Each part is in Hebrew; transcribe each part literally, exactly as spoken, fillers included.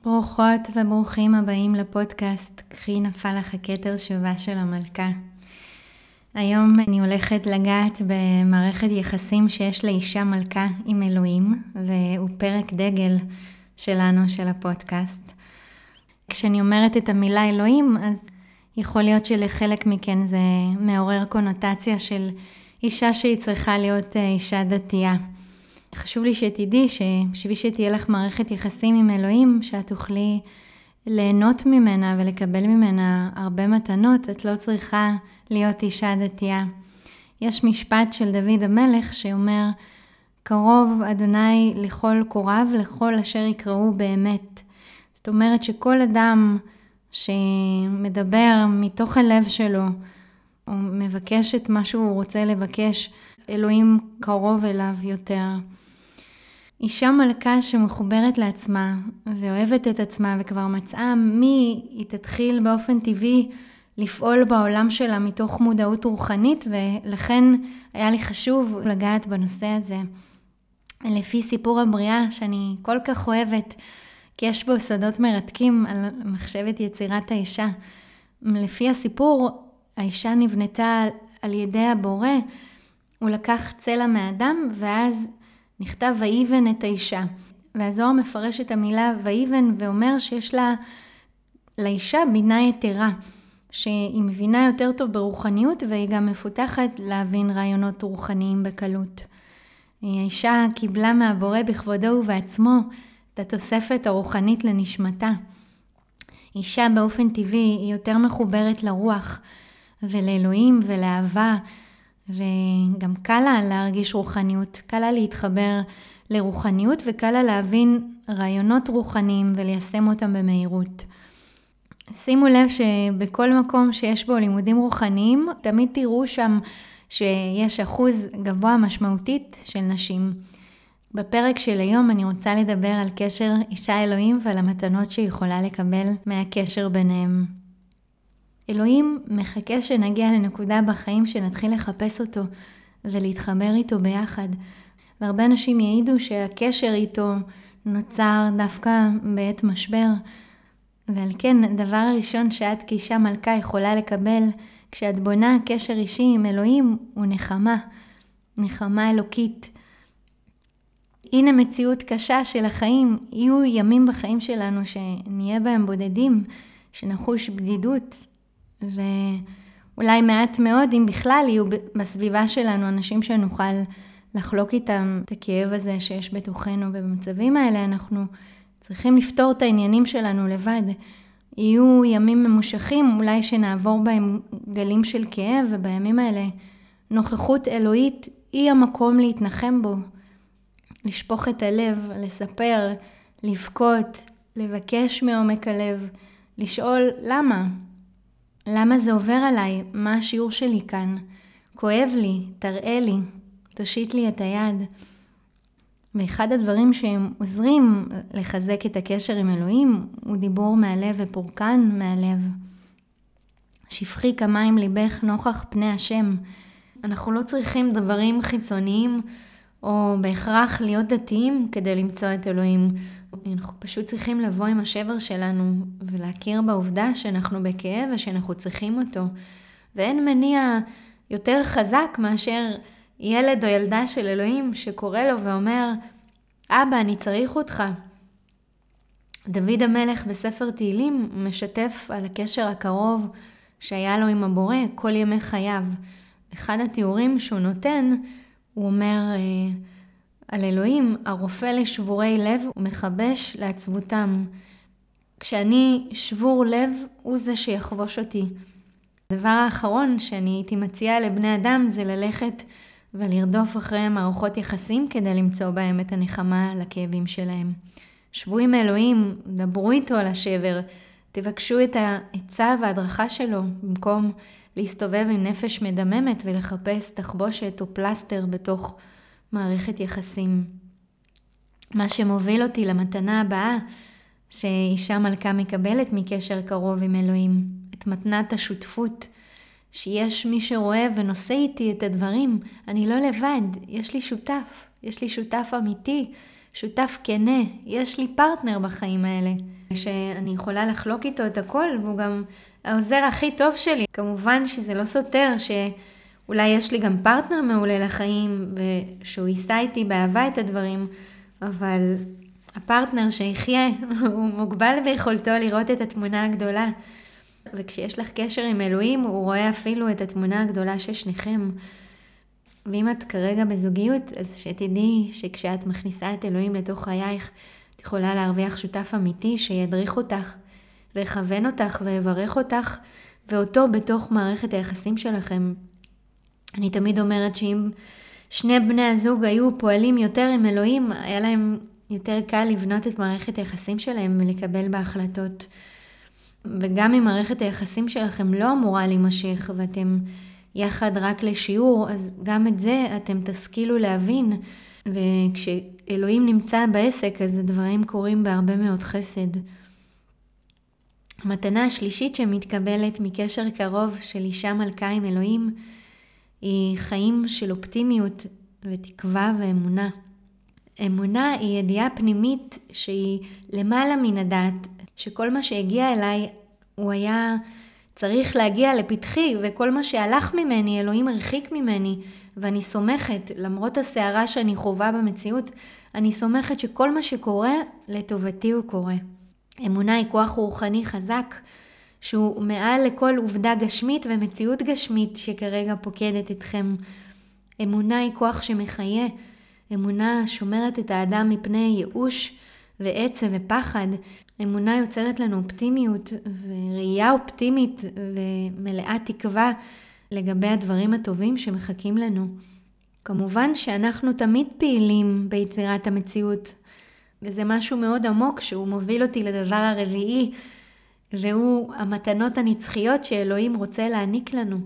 ברוכות וברוכים הבאים לפודקאסט קחי נפל לך הכתר שובה של המלכה. היום אני הולכת לגעת במערכת יחסים שיש לאישה מלכה עם אלוהים, והוא פרק דגל שלנו, של הפודקאסט. כשאני אומרת את המילה אלוהים, אז יכול להיות שלחלק מכן זה מעורר קונוטציה של אישה שהיא צריכה להיות אישה דתייה. חשוב לי שתדעי שבשביל שתהיה לך מערכת יחסים עם אלוהים, שאת תוכלי ליהנות ממנה ולקבל ממנה הרבה מתנות, את לא צריכה להיות אישה דתייה. יש משפט של דוד המלך שאומר, קרוב אדוני לכל קוריו, לכל אשר יקראו באמת. זאת אומרת שכל אדם שמדבר מתוך הלב שלו, או מבקש את מה שהוא רוצה לבקש, אלוהים קרוב אליו יותר. אישה מלכה שמחוברת לעצמה ואוהבת את עצמה וכבר מצאה מי היא תתחיל באופן טבעי לפעול בעולם שלה מתוך מודעות רוחנית, ולכן היה לי חשוב לגעת בנושא הזה. לפי סיפור הבריאה שאני כל כך אוהבת, כי יש בו סודות מרתקים על מחשבת יצירת האישה. לפי הסיפור, האישה נבנתה על ידי הבורא, הוא לקח צלע מהאדם ואז נכתב ויבן את האישה. והזוהר מפרש את המילה ויבן ואומר שיש לה, לאישה בינה יתרה, שהיא מבינה יותר טוב ברוחניות והיא גם מפותחת להבין רעיונות רוחניים בקלות. האישה קיבלה מהבורא בכבודו ובעצמו את התוספת הרוחנית לנשמתה. אישה באופן טבעי היא יותר מחוברת לרוח ולאלוהים ולאהבה, וגם קל לה להרגיש רוחניות, קל לה להתחבר לרוחניות וקל לה להבין רעיונות רוחניים וליישם אותם במהירות. שימו לב שבכל מקום שיש בו לימודים רוחניים, תמיד תראו שם שיש אחוז גבוה משמעותית של נשים. בפרק של היום אני רוצה לדבר על קשר אישה אלוהים ועל המתנות שהיא יכולה לקבל מהקשר ביניהם. אלוהים מחכה שנגיע לנקודה בחיים שנתחיל לחפש אותו ולהתחבר איתו ביחד. והרבה אנשים יעידו שהקשר איתו נוצר דווקא בעת משבר. ועל כן, הדבר הראשון שאת כאישה מלכה יכולה לקבל כשאת בונה קשר אישי עם אלוהים הוא נחמה. נחמה אלוקית. הנה מציאות קשה של החיים. יהיו ימים בחיים שלנו שנהיה בהם בודדים, שנחוש בדידות. ואולי מעט מאוד, אם בכלל, יהיו בסביבה שלנו אנשים שנוכל לחלוק איתם את הכאב הזה שיש בתוכנו, ובמצבים האלה אנחנו צריכים לפתור את העניינים שלנו לבד. יהיו ימים ממושכים, אולי שנעבור בהם גלים של כאב, ובימים האלה נוכחות אלוהית היא המקום להתנחם בו, לשפוך את הלב, לספר, לבכות, לבקש מעומק הלב, לשאול למה? למה זה עובר עליי? מה השיעור שלי כאן? כואב לי, תראה לי, תושיט לי את היד. ואחד הדברים שהם עוזרים לחזק את הקשר עם אלוהים הוא דיבור מהלב ופורקן מהלב. שפכי כמים ליבך נוכח פני השם. אנחנו לא צריכים דברים חיצוניים או בהכרח להיות דתיים כדי למצוא את אלוהים. אנחנו פשוט צריכים לבוא עם השבר שלנו ולהכיר בעובדה שאנחנו בכאב ושאנחנו צריכים אותו. ואין מניע יותר חזק מאשר ילד או ילדה של אלוהים שקורא לו ואומר, אבא, אני צריך אותך. דוד המלך בספר תהילים משתף על הקשר הקרוב שהיה לו עם הבורא כל ימי חייו. אחד התיאורים שהוא נותן, הוא אומר על אלוהים, הרופא לשבורי לב ומחבש לעצבותם. כשאני שבור לב, הוא זה שיחבוש אותי. הדבר האחרון שאני הייתי מציעה לבני אדם זה ללכת ולרדוף אחרי מערכות יחסים כדי למצוא בהם את הנחמה לכאבים שלהם. שבו עם אלוהים, דברו איתו על השבר, תבקשו את העצה וההדרכה שלו, במקום להסתובב עם נפש מדממת ולחפש תחבושת או פלסטר בתוך מערכת יחסים. מה שמוביל אותי למתנה הבאה שאישה מלכה מקבלת מקשר קרוב עם אלוהים, את מתנת השותפות, שיש מי שרואה ונושא איתי את הדברים. אני לא לבד, יש לי שותף, יש לי שותף אמיתי, שותף כנה, יש לי פרטנר בחיים האלה. שאני יכולה לחלוק איתו את הכל, והוא גם העוזר הכי טוב שלי. כמובן שזה לא סותר שאולי יש לי גם פרטנר מעולה לחיים, ושהוא יישא איתי באהבה את הדברים, אבל הפרטנר שיחיה הוא מוגבל ביכולתו לראות את התמונה הגדולה. וכשיש לך קשר עם אלוהים, הוא רואה אפילו את התמונה הגדולה של שניכם. ואם את כרגע בזוגיות, אז שתדעי שכשאת מכניסה את אלוהים לתוך חייך, את יכולה להרוויח שותף אמיתי שידריך אותך, ויכוון אותך ויברך אותך, ואותו בתוך מערכת היחסים שלכם. אני תמיד אומרת שאם שני בני הזוג היו פועלים יותר עם אלוהים, היה להם יותר קל לבנות את מערכת היחסים שלהם ולקבל בהחלטות. וגם אם מערכת היחסים שלכם לא אמורה להימשך ואתם יחד רק לשיעור, אז גם את זה אתם תשכילו להבין. וכשאלוהים נמצא בעסק, אז הדברים קורים בהרבה מאוד חסד. המתנה השלישית שמתקבלת מקשר קרוב של אישה מלכה עם אלוהים, היא חיים של אופטימיות ותקווה ואמונה. אמונה היא ידיעה פנימית שהיא למעלה מן הדעת, שכל מה שהגיע אליי הוא היה צריך להגיע לפתחי, וכל מה שהלך ממני אלוהים הרחיק ממני, ואני סומכת, למרות הסערה שאני חובה במציאות, אני סומכת שכל מה שקורה לטובתי הוא קורה. אמונה היא כוח רוחני חזק, שהוא מעל לכל עובדה גשמית ומציאות גשמית שכרגע פוקדת אתכם. אמונה היא כוח שמחיה, אמונה שומרת את האדם מפני ייאוש ועצב ופחד. אמונה יוצרת לנו אופטימיות וראייה אופטימית ומלאה תקווה לגבי הדברים הטובים שמחכים לנו. כמובן שאנחנו תמיד פעילים ביצירת המציאות, וזה משהו מאוד עמוק שהוא מוביל אותי לדבר הרביעי, והוא המתנות הנצחיות שאלוהים רוצה להעניק לנו.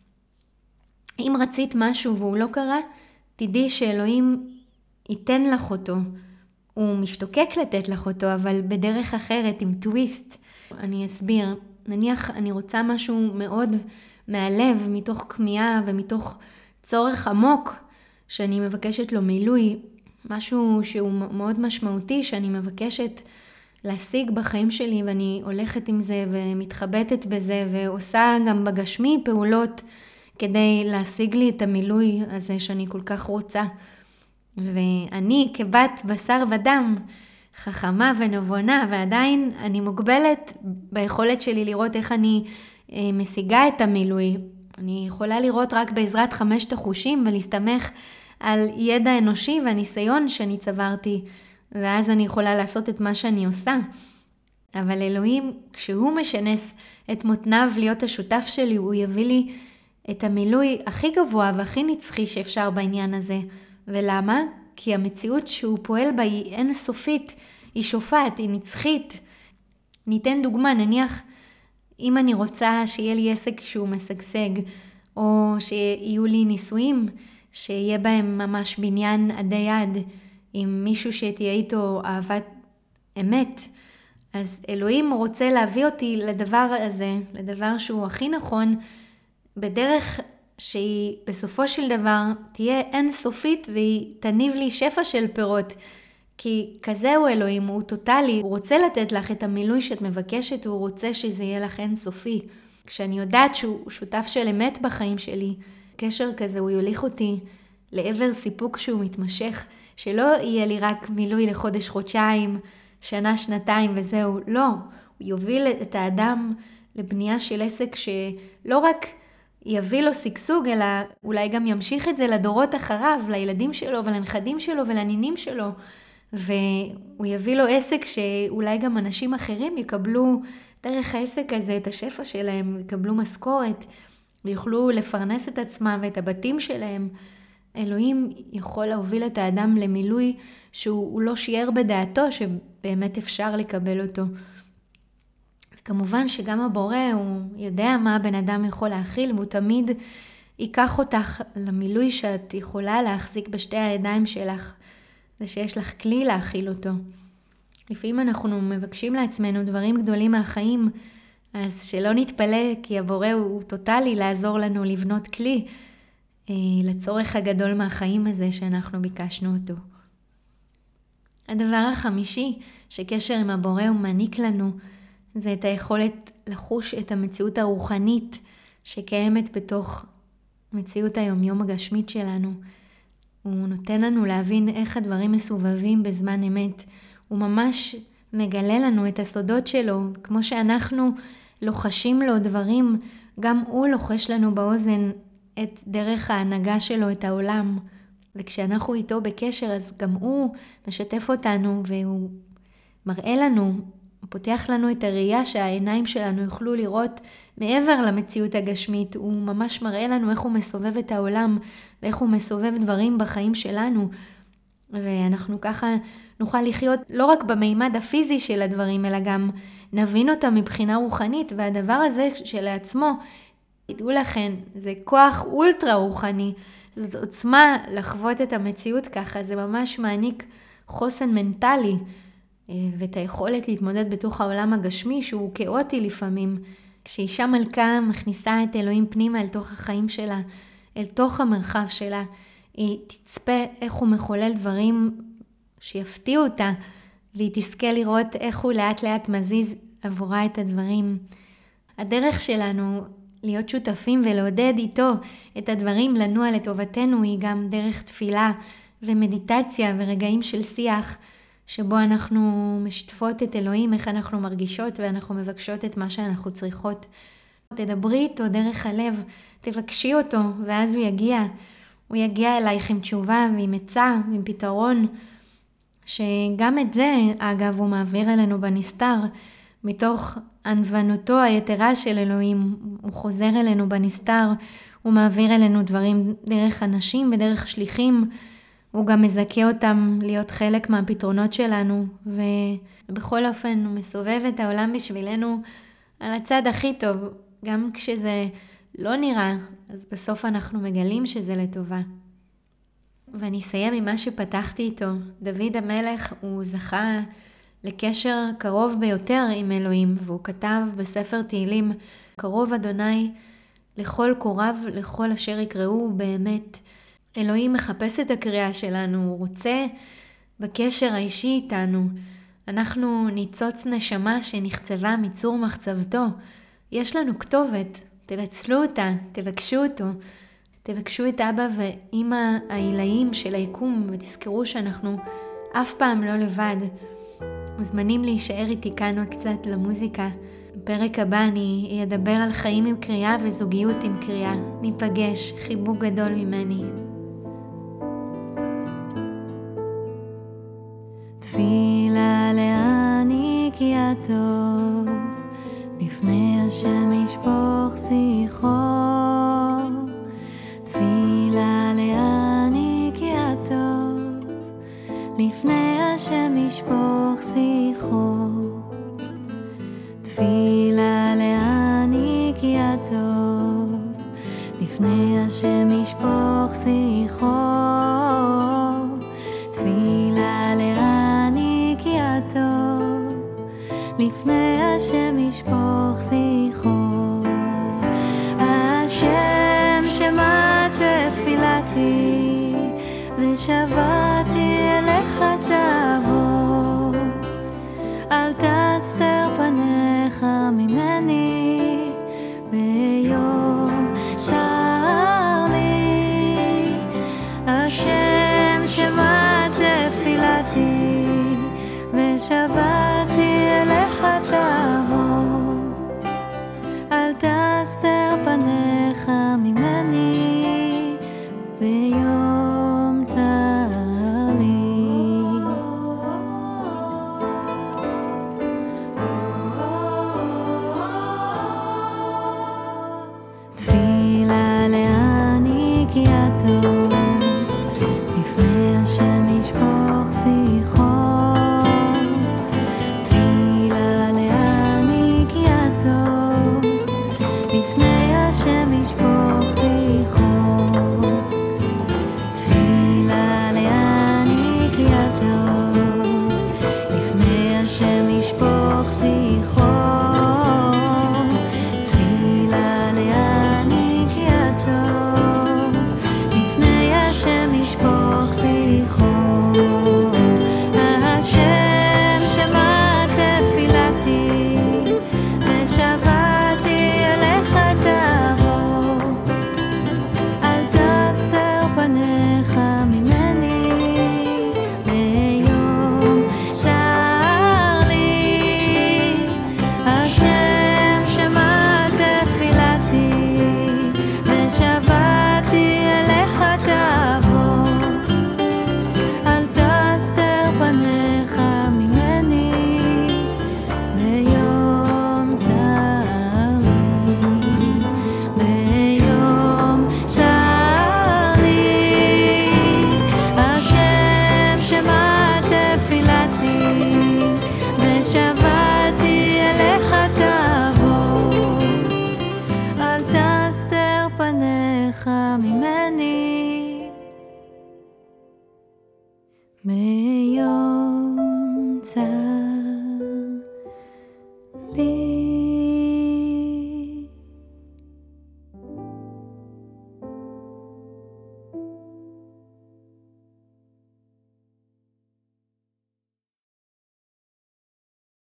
אם רצית משהו והוא לא קרה, תדעי שאלוהים ייתן לך אותו. הוא משתוקק לתת לך אותו, אבל בדרך אחרת, עם טוויסט. אני אסביר. נניח אני רוצה משהו מאוד מהלב, מתוך כמיהה ומתוך צורך עמוק, שאני מבקשת לו מילוי, משהו שהוא מאוד משמעותי, שאני מבקשת להשיג בחיים שלי, ואני הולכת עם זה ומתחבטת בזה, ועושה גם בגשמי פעולות כדי להשיג לי את המילוי הזה שאני כל כך רוצה. ואני כבת בשר ודם, חכמה ונבונה, ועדיין אני מוגבלת ביכולת שלי לראות איך אני אה, משיגה את המילוי. אני יכולה לראות רק בעזרת חמשת החושים ולהסתמך על ידע אנושי והניסיון שאני צברתי, ואז אני יכולה לעשות את מה שאני עושה. אבל אלוהים, כשהוא משנס את מותניו להיות השותף שלי, הוא יביא לי את המילוי הכי גבוה והכי נצחי שאפשר בעניין הזה. ולמה? כי המציאות שהוא פועל בה היא אינסופית, היא שופעת, היא נצחית. ניתן דוגמה, נניח אם אני רוצה שיהיה לי עסק שהוא משגשג, או שיהיו לי נישואים שיהיה בהם ממש בניין עדי יד, עם מישהו שתהיה איתו אהבת אמת, אז אלוהים רוצה להביא אותי לדבר הזה, לדבר שהוא הכי נכון, בדרך שהיא בסופו של דבר תהיה אינסופית והיא תניב לי שפע של פירות. כי כזה הוא אלוהים, הוא טוטלי, הוא רוצה לתת לך את המילוי שאת מבקשת, הוא רוצה שזה יהיה לך אינסופי. כשאני יודעת שהוא שותף של אמת בחיים שלי, קשר כזה הוא יוליך אותי לעבר סיפוק שהוא מתמשך, שלא יהיה לי רק מילוי לחודש, חודשיים, שנה, שנתיים וזהו. לא, הוא יוביל את האדם לבנייה של עסק שלא רק יביא לו סגסוג, אלא אולי גם ימשיך את זה לדורות אחריו, לילדים שלו ולנכדים שלו ולנינים שלו. והוא יביא לו עסק שאולי גם אנשים אחרים יקבלו דרך העסק הזה את השפע שלהם, יקבלו משכורת, ויוכלו לפרנס את עצמם ואת הבתים שלהם. אלוהים יכול להוביל את האדם למילוי שהוא לא שיער בדעתו, שבאמת אפשר לקבל אותו. וכמובן שגם הבורא הוא יודע מה הבן אדם יכול להכיל, והוא תמיד ייקח אותך למילוי שאת יכולה להחזיק בשתי הידיים שלך, ושיש לך כלי להכיל אותו. לפעמים אנחנו מבקשים לעצמנו דברים גדולים מהחיים, אז שלא נתפלא, כי הבורא הוא טוטלי לעזור לנו לבנות כלי אה, לצורך הגדול מהחיים הזה שאנחנו ביקשנו אותו. הדבר החמישי שקשר עם הבורא הוא מעניק לנו, זה את היכולת לחוש את המציאות הרוחנית שקיימת בתוך מציאות היומיום הגשמית שלנו. הוא נותן לנו להבין איך הדברים מסובבים בזמן אמת. הוא ממש מגלה לנו את הסודות שלו, כמו שאנחנו לוחשים לו דברים, גם הוא לוחש לנו באוזן את דרך ההנהגה שלו את העולם. וכשאנחנו איתו בקשר, אז גם הוא משתף אותנו והוא מראה לנו, הוא פותח לנו את הראייה שהעיניים שלנו יוכלו לראות מעבר למציאות הגשמית. הוא ממש מראה לנו איך הוא מסובב את העולם ואיך הוא מסובב דברים בחיים שלנו. ואנחנו ככה נוכל לחיות לא רק במימד הפיזי של הדברים, אלא גם נבין אותם מבחינה רוחנית. והדבר הזה שלעצמו, תדעו לכם, זה כוח אולטרה רוחני. זאת עוצמה לחוות את המציאות ככה. זה ממש מעניק חוסן מנטלי ואת היכולת להתמודד בתוך העולם הגשמי שהוא כאוטי לפעמים. כשאישה מלכה מכניסה את אלוהים פנימה אל תוך החיים שלה, אל תוך המרחב שלה, היא תצפה איך הוא מחולל דברים שיפתיעו אותה, והיא תזכה לראות איך הוא לאט לאט מזיז עבורה את הדברים. הדרך שלנו להיות שותפים ולעודד איתו את הדברים לנוע לטובתנו היא גם דרך תפילה ומדיטציה ורגעים של שיח, שבו אנחנו משתפות את אלוהים איך אנחנו מרגישות ואנחנו מבקשות את מה שאנחנו צריכות. תדברי איתו דרך הלב, תבקשי אותו ואז הוא יגיע. הוא יגיע אלייך עם תשובה ועם עצה ועם פתרון, שגם את זה אגב הוא מעביר אלינו בנסתר, מתוך ענוונותו היתרה של אלוהים. הוא חוזר אלינו בנסתר, הוא מעביר אלינו דברים דרך אנשים ודרך שליחים, הוא גם מזכה אותם להיות חלק מהפתרונות שלנו, ובכל אופן הוא מסובב את העולם בשבילנו על הצד הכי טוב, גם כשזה לא נראה, אז בסוף אנחנו מגלים שזה לטובה. ואני אסיים עם מה שפתחתי איתו. דוד המלך הוא זכה לקשר קרוב ביותר עם אלוהים, והוא כתב בספר תהילים, קרוב אדוני לכל קוריו, לכל אשר יקראו באמת. אלוהים מחפש את הקריאה שלנו, הוא רוצה בקשר האישי איתנו. אנחנו ניצוץ נשמה שנחצבה מצור מחצבתו. יש לנו כתובת, תנצלו אותה, תבקשו אותו. תבקשו את אבא ואמא העילאים של היקום, ותזכרו שאנחנו אף פעם לא לבד. מוזמנים להישאר איתי כאן עוד קצת למוזיקה. בפרק הבא אני אדבר על חיים עם קריאה וזוגיות עם קריאה. ניפגש, חיבוק גדול ממני. תפילה להעניק יתוב, לפני השם ישפוך שיחו. תפילה להעניק יתוב, לפני השם ישפוך שיחו. תפילה להעניק יתוב, לפני השם ישפוך שיחו. תפילה להעניק יתוב, לפני השם ישפוך שיחו. השם שמעת תפילתי, ושבתי אליך תבוא, אל תסתר